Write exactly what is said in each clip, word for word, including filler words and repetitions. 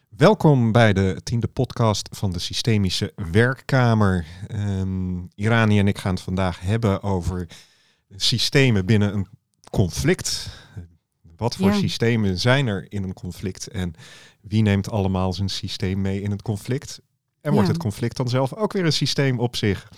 Welkom bij de tiende podcast van de Systemische Werkkamer. Um, Irani en ik gaan het vandaag hebben over systemen binnen een conflict. Wat voor ja. systemen zijn er in een conflict en wie neemt allemaal zijn systeem mee in het conflict? En wordt ja. het conflict dan zelf ook weer een systeem op zich?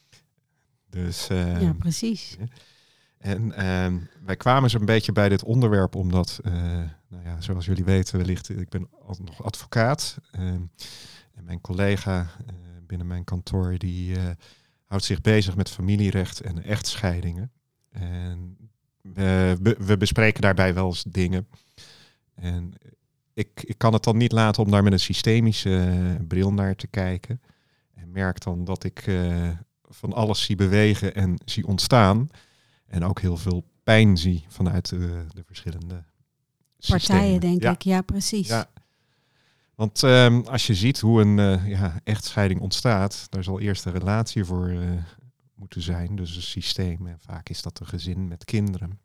Dus, uh, ja, precies. En uh, wij kwamen zo'n beetje bij dit onderwerp omdat, uh, nou ja, zoals jullie weten wellicht, ik ben nog advocaat. Uh, en mijn collega uh, binnen mijn kantoor, die uh, houdt zich bezig met familierecht en echtscheidingen. En we, we bespreken daarbij wel eens dingen. En ik, ik kan het dan niet laten om daar met een systemische uh, bril naar te kijken. En merk dan dat ik uh, van alles zie bewegen en zie ontstaan. En ook heel veel pijn zie vanuit de, de verschillende partijen, systemen. denk ja. ik. Ja, precies. Ja. Want um, als je ziet hoe een uh, ja, echtscheiding ontstaat, daar zal eerst een relatie voor uh, moeten zijn. Dus een systeem. En vaak is dat een gezin met kinderen.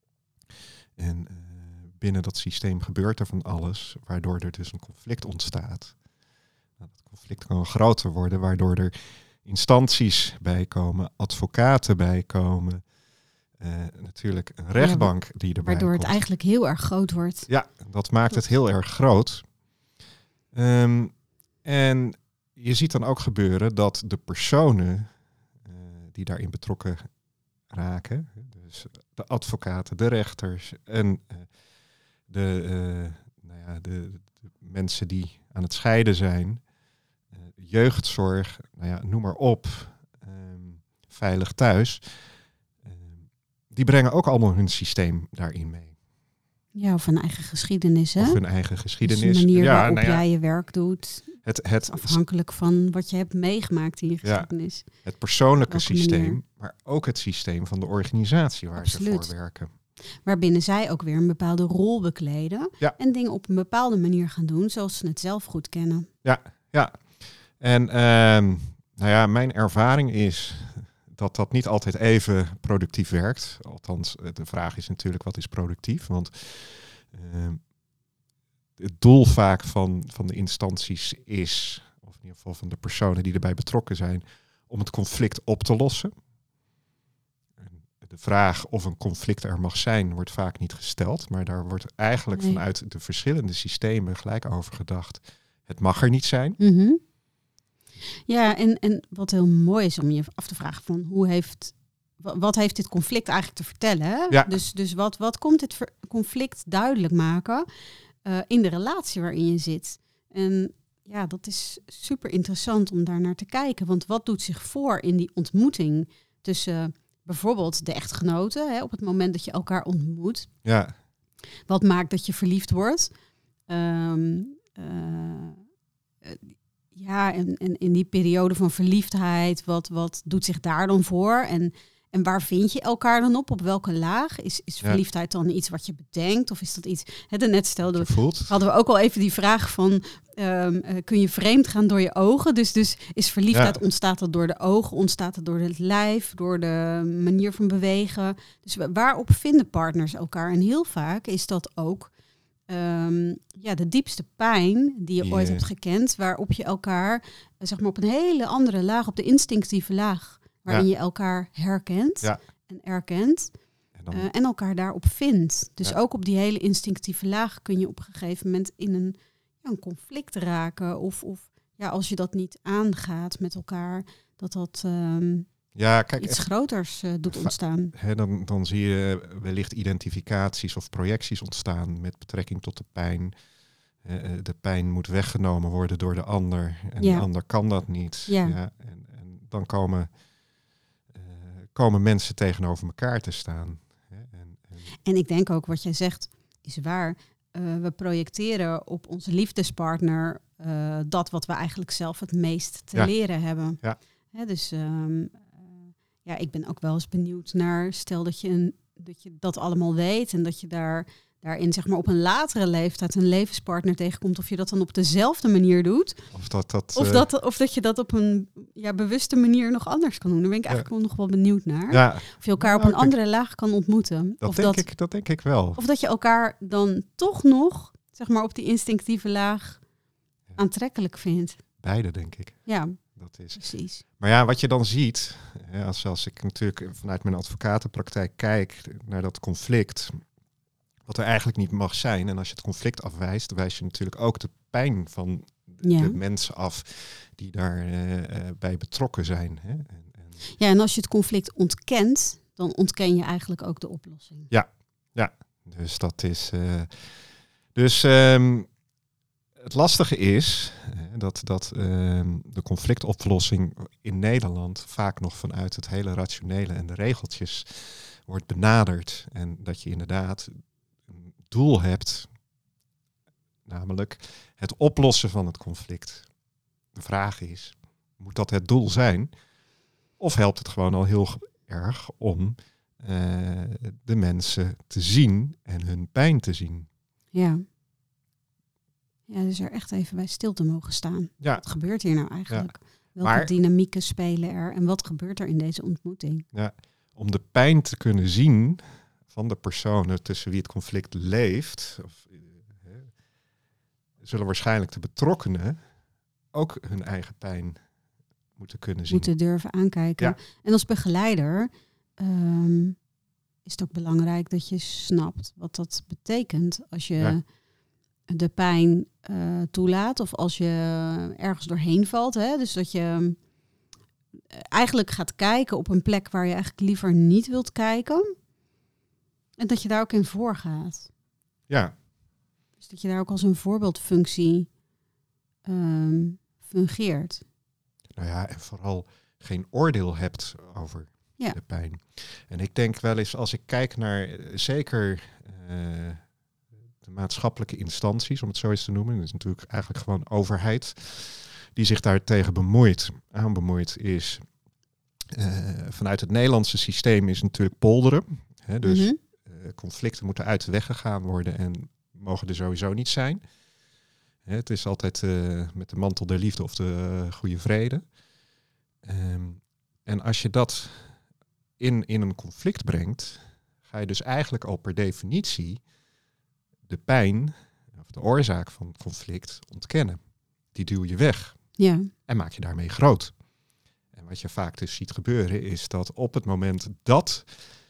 En uh, binnen dat systeem gebeurt er van alles, waardoor er dus een conflict ontstaat. Nou, dat conflict kan groter worden, waardoor er instanties bijkomen, advocaten bijkomen. Uh, natuurlijk een rechtbank ja, die erbij waardoor komt. Het eigenlijk heel erg groot wordt. Ja, dat maakt het heel erg groot. Um, en je ziet dan ook gebeuren dat de personen uh, die daarin betrokken raken, dus de advocaten, de rechters en uh, de, uh, nou ja, de, de mensen die aan het scheiden zijn, uh, jeugdzorg, nou ja, noem maar op, um, veilig thuis, die brengen ook allemaal hun systeem daarin mee. Ja, of een eigen geschiedenis, hè? Of hun eigen geschiedenis. Dus de manier ja, waarop nou ja, jij je werk doet. Het, het, afhankelijk van wat je hebt meegemaakt in je geschiedenis. Ja, het persoonlijke systeem, manier. maar ook het systeem van de organisatie waar Absoluut. ze voor werken. Waarbinnen zij ook weer een bepaalde rol bekleden. Ja. En dingen op een bepaalde manier gaan doen zoals ze het zelf goed kennen. Ja, ja. En uh, nou ja, mijn ervaring is dat dat niet altijd even productief werkt. Althans, de vraag is natuurlijk wat is productief. Want uh, het doel vaak van, van de instanties is, of in ieder geval van de personen die erbij betrokken zijn, om het conflict op te lossen. En de vraag of een conflict er mag zijn, wordt vaak niet gesteld. Maar daar wordt eigenlijk nee. vanuit de verschillende systemen gelijk over gedacht. Het mag er niet zijn. Mm-hmm. Ja, en, en wat heel mooi is om je af te vragen van hoe heeft, wat heeft dit conflict eigenlijk te vertellen? Hè? Ja. Dus, dus wat, wat komt dit conflict duidelijk maken uh, in de relatie waarin je zit? En ja, dat is super interessant om daar naar te kijken. Want wat doet zich voor in die ontmoeting tussen uh, bijvoorbeeld de echtgenoten, hè, op het moment dat je elkaar ontmoet? Ja. Wat maakt dat je verliefd wordt? Um, uh, uh, Ja, en, en in die periode van verliefdheid, wat, wat doet zich daar dan voor? En, en waar vind je elkaar dan op? Op welke laag? Is, is verliefdheid dan iets wat je bedenkt? Of is dat iets... Het net stelde, hadden we ook al even die vraag van... Um, uh, kun je vreemd gaan door je ogen? Dus, dus is verliefdheid, ja. ontstaat dat door de ogen? Ontstaat het door het lijf? Door de manier van bewegen? Dus waarop vinden partners elkaar? En heel vaak is dat ook... Um, ja, de diepste pijn die je yeah. ooit hebt gekend, waarop je elkaar, zeg maar op een hele andere laag, op de instinctieve laag, waarin ja. je elkaar herkent ja. en erkent en, dan... uh, en elkaar daarop vindt. Dus ja. ook op die hele instinctieve laag kun je op een gegeven moment in een, ja, een conflict raken of, of ja, als je dat niet aangaat met elkaar, dat dat... Um, Ja, kijk, iets groters uh, doet ontstaan. He, dan, dan zie je wellicht identificaties of projecties ontstaan met betrekking tot de pijn. Uh, de pijn moet weggenomen worden door de ander. En ja. de ander kan dat niet. Ja. Ja, en, en dan komen, uh, komen mensen tegenover elkaar te staan. He, en, en... en ik denk ook wat jij zegt is waar. Uh, we projecteren op onze liefdespartner uh, dat wat we eigenlijk zelf het meest te ja. leren hebben. Ja. He, dus... Um, Ja, ik ben ook wel eens benieuwd naar, stel dat je, een, dat, je dat allemaal weet en dat je daar, daarin zeg maar op een latere leeftijd een levenspartner tegenkomt, of je dat dan op dezelfde manier doet. Of dat, dat, of uh... dat, of dat je dat op een ja, bewuste manier nog anders kan doen. Daar ben ik eigenlijk ja. wel nog wel benieuwd naar. Ja. Of je elkaar ja, op een denk, andere laag kan ontmoeten. Dat, of denk dat, ik, dat denk ik wel. Of dat je elkaar dan toch nog, zeg maar op die instinctieve laag, aantrekkelijk vindt. Beide, denk ik. Ja, Dat is. precies. Maar ja, wat je dan ziet, hè, als, als ik natuurlijk vanuit mijn advocatenpraktijk kijk naar dat conflict, wat er eigenlijk niet mag zijn. En als je het conflict afwijst, dan wijs je natuurlijk ook de pijn van Ja. de mensen af die daarbij uh, bij betrokken zijn. Hè. En, en... Ja, en als je het conflict ontkent, dan ontken je eigenlijk ook de oplossing. Ja, ja. Dus dat is. Uh, dus um, het lastige is uh, dat, dat uh, de conflictoplossing in Nederland vaak nog vanuit het hele rationele en de regeltjes wordt benaderd. En dat je inderdaad een doel hebt, namelijk het oplossen van het conflict. De vraag is, moet dat het doel zijn? Of helpt het gewoon al heel erg om uh, de mensen te zien en hun pijn te zien? Ja. Ja, dus er echt even bij stil te mogen staan. Ja. Wat gebeurt hier nou eigenlijk? Ja. Welke Maar, dynamieken spelen er? En wat gebeurt er in deze ontmoeting? Ja, om de pijn te kunnen zien van de personen tussen wie het conflict leeft, of, uh, zullen waarschijnlijk de betrokkenen ook hun eigen pijn moeten kunnen zien. Moeten durven aankijken. Ja. En als begeleider um, is het ook belangrijk dat je snapt wat dat betekent. Als je ja. de pijn uh, toelaat of als je ergens doorheen valt. Hè? Dus dat je eigenlijk gaat kijken op een plek waar je eigenlijk liever niet wilt kijken. En dat je daar ook in voorgaat. Ja. Dus dat je daar ook als een voorbeeldfunctie um, fungeert. Nou ja, en vooral geen oordeel hebt over ja. de pijn. En ik denk wel eens, als ik kijk naar zeker uh, de maatschappelijke instanties, om het zo eens te noemen, dat is natuurlijk eigenlijk gewoon overheid, die zich daartegen bemoeit, aan bemoeit, is uh, vanuit het Nederlandse systeem is natuurlijk polderen. Hè, dus mm-hmm. uh, conflicten moeten uit de weg gegaan worden en mogen er sowieso niet zijn. Het is altijd uh, met de mantel der liefde of de uh, goede vrede. Um, en als je dat in, in een conflict brengt, ga je dus eigenlijk al per definitie de pijn of de oorzaak van het conflict ontkennen. Die duw je weg. Ja. En maak je daarmee groot. En wat je vaak dus ziet gebeuren is dat op het moment dat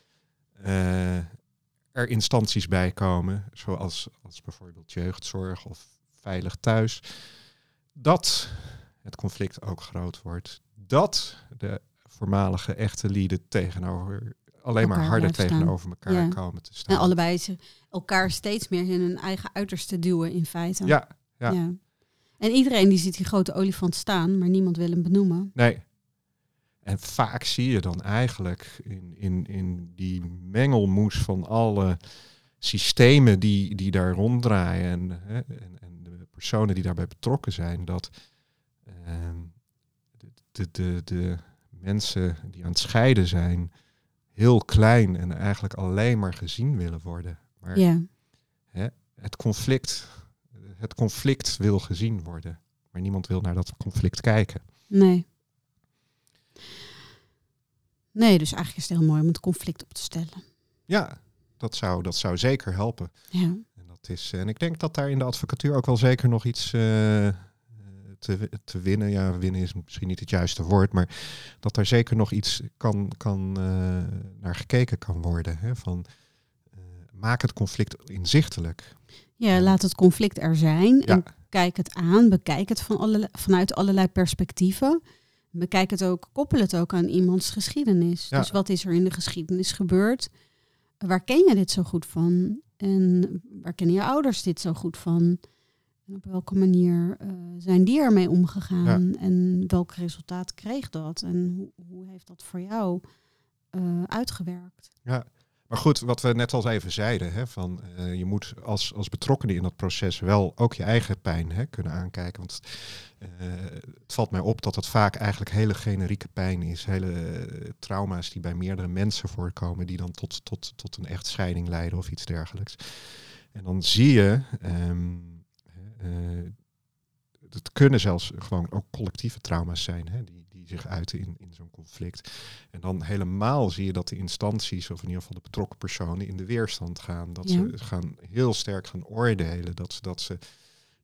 uh, er instanties bij komen, zoals als bijvoorbeeld jeugdzorg of veilig thuis, dat het conflict ook groot wordt. Dat de voormalige echte lieden tegenover alleen elkaar maar harder tegenover elkaar ja. komen te staan. En allebei ze elkaar steeds meer in hun eigen uiterste duwen in feite. Ja, ja. ja. En iedereen die ziet die grote olifant staan, maar niemand wil hem benoemen. Nee. En vaak zie je dan eigenlijk in, in, in die mengelmoes van alle systemen die, die daar ronddraaien en, hè, en, en de personen die daarbij betrokken zijn, dat uh, de, de, de, de mensen die aan het scheiden zijn heel klein en eigenlijk alleen maar gezien willen worden. Maar ja. hè, het conflict, het conflict wil gezien worden, maar niemand wil naar dat conflict kijken. Nee. Nee, dus eigenlijk is het heel mooi om het conflict op te stellen. Ja, dat zou, dat zou zeker helpen. Ja. En, dat is, en ik denk dat daar in de advocatuur ook wel zeker nog iets uh, te, te winnen. Ja, winnen is misschien niet het juiste woord, maar dat daar zeker nog iets kan, kan uh, naar gekeken kan worden. Hè, van, uh, maak het conflict inzichtelijk. Ja, laat het conflict er zijn. Ja. En kijk het aan, bekijk het van alle, vanuit allerlei perspectieven. Bekijk het ook, koppel het ook aan iemands geschiedenis. Ja. Dus wat is er in de geschiedenis gebeurd? Waar ken je dit zo goed van? En waar kennen je ouders dit zo goed van? En op welke manier uh, zijn die ermee omgegaan? Ja. En welk resultaat kreeg dat? En hoe, hoe heeft dat voor jou uh, uitgewerkt? Ja, maar goed, wat we net al even zeiden, hè, van uh, je moet als, als betrokkenen in dat proces wel ook je eigen pijn hè, kunnen aankijken. Want uh, het valt mij op dat het vaak eigenlijk hele generieke pijn is. Hele uh, trauma's die bij meerdere mensen voorkomen, die dan tot, tot, tot een echtscheiding leiden of iets dergelijks. En dan zie je, um, uh, het kunnen zelfs gewoon ook collectieve trauma's zijn, hè, die, die zich uiten in, in zo'n conflict. En dan helemaal zie je dat de instanties, of in ieder geval de betrokken personen, in de weerstand gaan. Dat ja. ze gaan heel sterk gaan oordelen. Dat ze, dat ze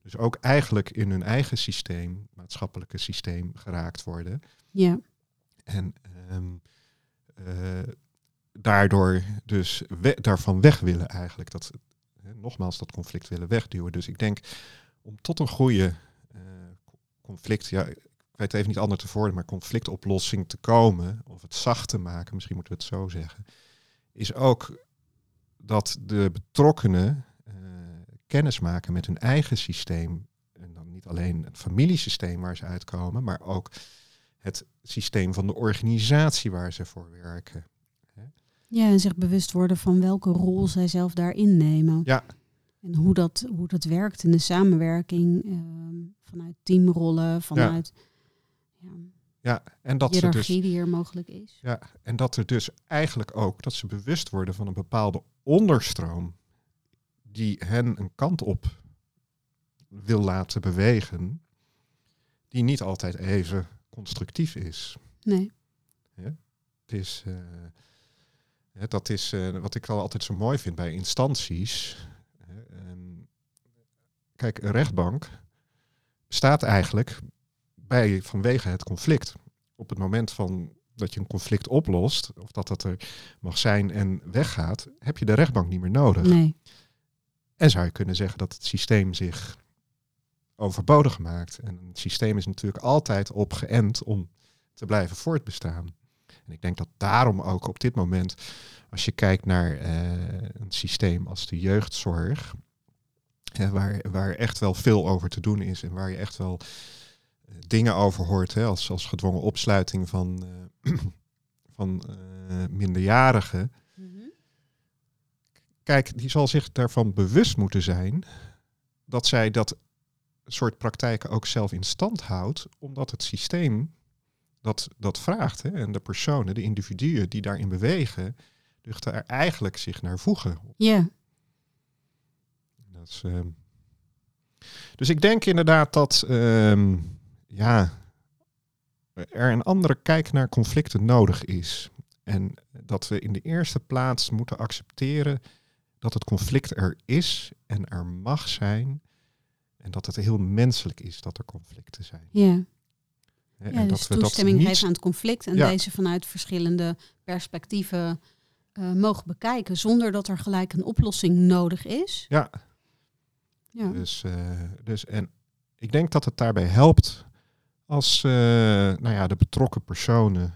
Dus ook eigenlijk in hun eigen systeem, maatschappelijke systeem, geraakt worden. Ja. En um, uh, daardoor dus we- daarvan weg willen eigenlijk. Dat, uh, nogmaals, dat conflict willen wegduwen. Dus ik denk, om tot een goede uh, conflict, ja, ik weet even niet anders te worden, maar conflictoplossing te komen, of het zacht te maken, misschien moeten we het zo zeggen, is ook dat de betrokkenen uh, kennis maken met hun eigen systeem. En dan niet alleen het familiesysteem waar ze uitkomen, maar ook het systeem van de organisatie waar ze voor werken. Ja, en zich bewust worden van welke rol zij zelf daarin nemen. Ja. En hoe dat, hoe dat werkt in de samenwerking, uh, vanuit teamrollen, vanuit ja. Ja, ja, en dat hiërarchie er dus, die er mogelijk is. Ja, en dat er dus eigenlijk ook, dat ze bewust worden van een bepaalde onderstroom die hen een kant op wil laten bewegen, die niet altijd even constructief is. Nee. Ja? Het is, uh, ja, dat is uh, wat ik al altijd zo mooi vind bij instanties. Uh, um, kijk, een rechtbank bestaat eigenlijk bij, vanwege het conflict. Op het moment van dat je een conflict oplost, of dat dat er mag zijn en weggaat, heb je de rechtbank niet meer nodig. Nee. En zou je kunnen zeggen dat het systeem zich overbodig maakt. En het systeem is natuurlijk altijd op geënt om te blijven voortbestaan. En ik denk dat daarom ook op dit moment, als je kijkt naar uh, een systeem als de jeugdzorg, hè, waar, waar echt wel veel over te doen is en waar je echt wel uh, dingen over hoort, hè, als, als gedwongen opsluiting van, uh, van uh, minderjarigen. Mm-hmm. Kijk, die zal zich daarvan bewust moeten zijn dat zij dat soort praktijken ook zelf in stand houdt, omdat het systeem dat, dat vraagt. Hè, en de personen, de individuen die daarin bewegen, dus daar eigenlijk zich naar voegen. Ja. Yeah. Dat is, uh... Dus ik denk inderdaad dat uh, ja, er een andere kijk naar conflicten nodig is. En dat we in de eerste plaats moeten accepteren dat het conflict er is en er mag zijn. En dat het heel menselijk is dat er conflicten zijn. Ja. En ja, dat dus we toestemming dat geven niet aan het conflict en ja. deze vanuit verschillende perspectieven uh, mogen bekijken, zonder dat er gelijk een oplossing nodig is. Ja. Ja. Dus, uh, dus en ik denk dat het daarbij helpt als uh, nou ja, de betrokken personen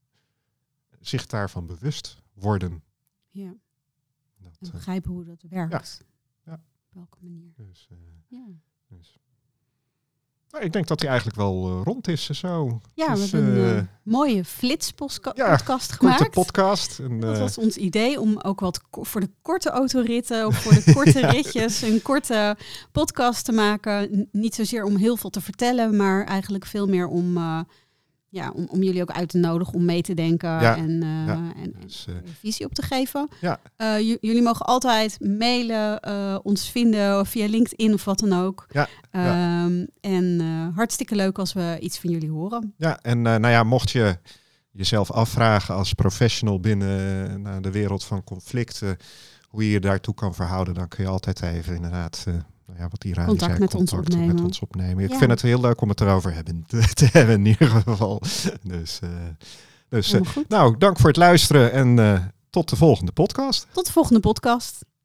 zich daarvan bewust worden. Ja. Dat, en begrijpen hoe dat werkt. Ja. Ja. Op welke manier. Dus, uh, ja. dus. Nou, ik denk dat hij eigenlijk wel uh, rond is. Zo. Ja, dus, we hebben een uh, uh, mooie flitspodcast ja, gemaakt. Korte podcast. En, uh, dat was ons idee om ook wat ko- voor de korte autoritten of voor de korte ja. ritjes een korte podcast te maken. N- niet zozeer om heel veel te vertellen, maar eigenlijk veel meer om, uh, ja, om, om jullie ook uit te nodigen om mee te denken ja. en, uh, ja. en, dus, uh, en visie op te geven. Ja. Uh, j- jullie mogen altijd mailen, uh, ons vinden via LinkedIn of wat dan ook. Ja. Ja. Um, en uh, hartstikke leuk als we iets van jullie horen. Ja, en uh, nou ja, mocht je jezelf afvragen als professional binnen uh, nou, de wereld van conflicten, hoe je je daartoe kan verhouden, dan kun je altijd even inderdaad, uh, nou ja, wat die radio contact, zei, met, contact ons opnemen. met ons opnemen. Ik ja. vind het heel leuk om het erover hebben, te, te hebben in ieder geval. Dus, uh, dus uh, nou, dank voor het luisteren en uh, tot de volgende podcast. Tot de volgende podcast.